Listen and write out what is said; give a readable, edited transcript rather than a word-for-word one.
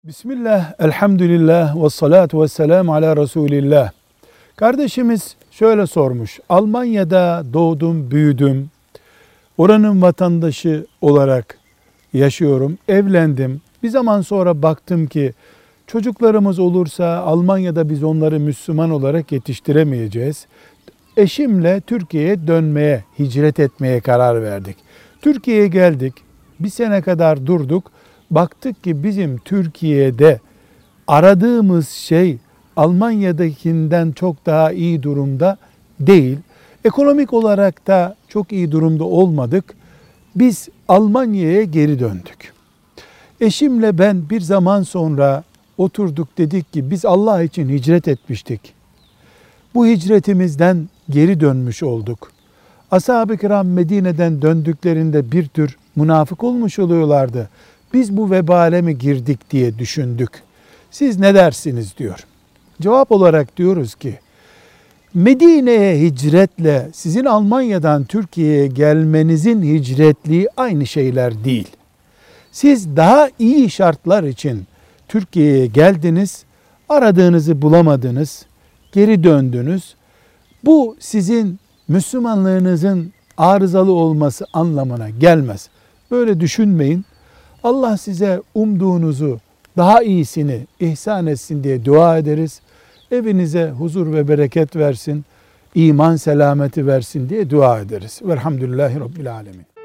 Bismillah, elhamdülillah, ve salatu ve selamu ala Resulillah. Kardeşimiz şöyle sormuş. Almanya'da doğdum, büyüdüm. Oranın vatandaşı olarak yaşıyorum. Evlendim. Bir zaman sonra baktım ki çocuklarımız olursa Almanya'da biz onları Müslüman olarak yetiştiremeyeceğiz. Eşimle Türkiye'ye dönmeye, hicret etmeye karar verdik. Türkiye'ye geldik. Bir sene kadar durduk. Baktık ki bizim Türkiye'de aradığımız şey Almanya'dakinden çok daha iyi durumda değil. Ekonomik olarak da çok iyi durumda olmadık. Biz Almanya'ya geri döndük. Eşimle ben bir zaman sonra oturduk, dedik ki biz Allah için hicret etmiştik. Bu hicretimizden geri dönmüş olduk. Ashab-ı kiram Medine'den döndüklerinde bir tür münafık olmuş oluyorlardı. Biz bu vebale mi girdik diye düşündük. Siz ne dersiniz diyor. Cevap olarak diyoruz ki Medine'ye hicretle sizin Almanya'dan Türkiye'ye gelmenizin hicretliği aynı şeyler değil. Siz daha iyi şartlar için Türkiye'ye geldiniz, aradığınızı bulamadınız, geri döndünüz. Bu sizin Müslümanlığınızın arızalı olması anlamına gelmez. Böyle düşünmeyin. Allah size umduğunuzu, daha iyisini ihsan etsin diye dua ederiz. Evinize huzur ve bereket versin, iman selameti versin diye dua ederiz. Velhamdülillahi Rabbil Alemin.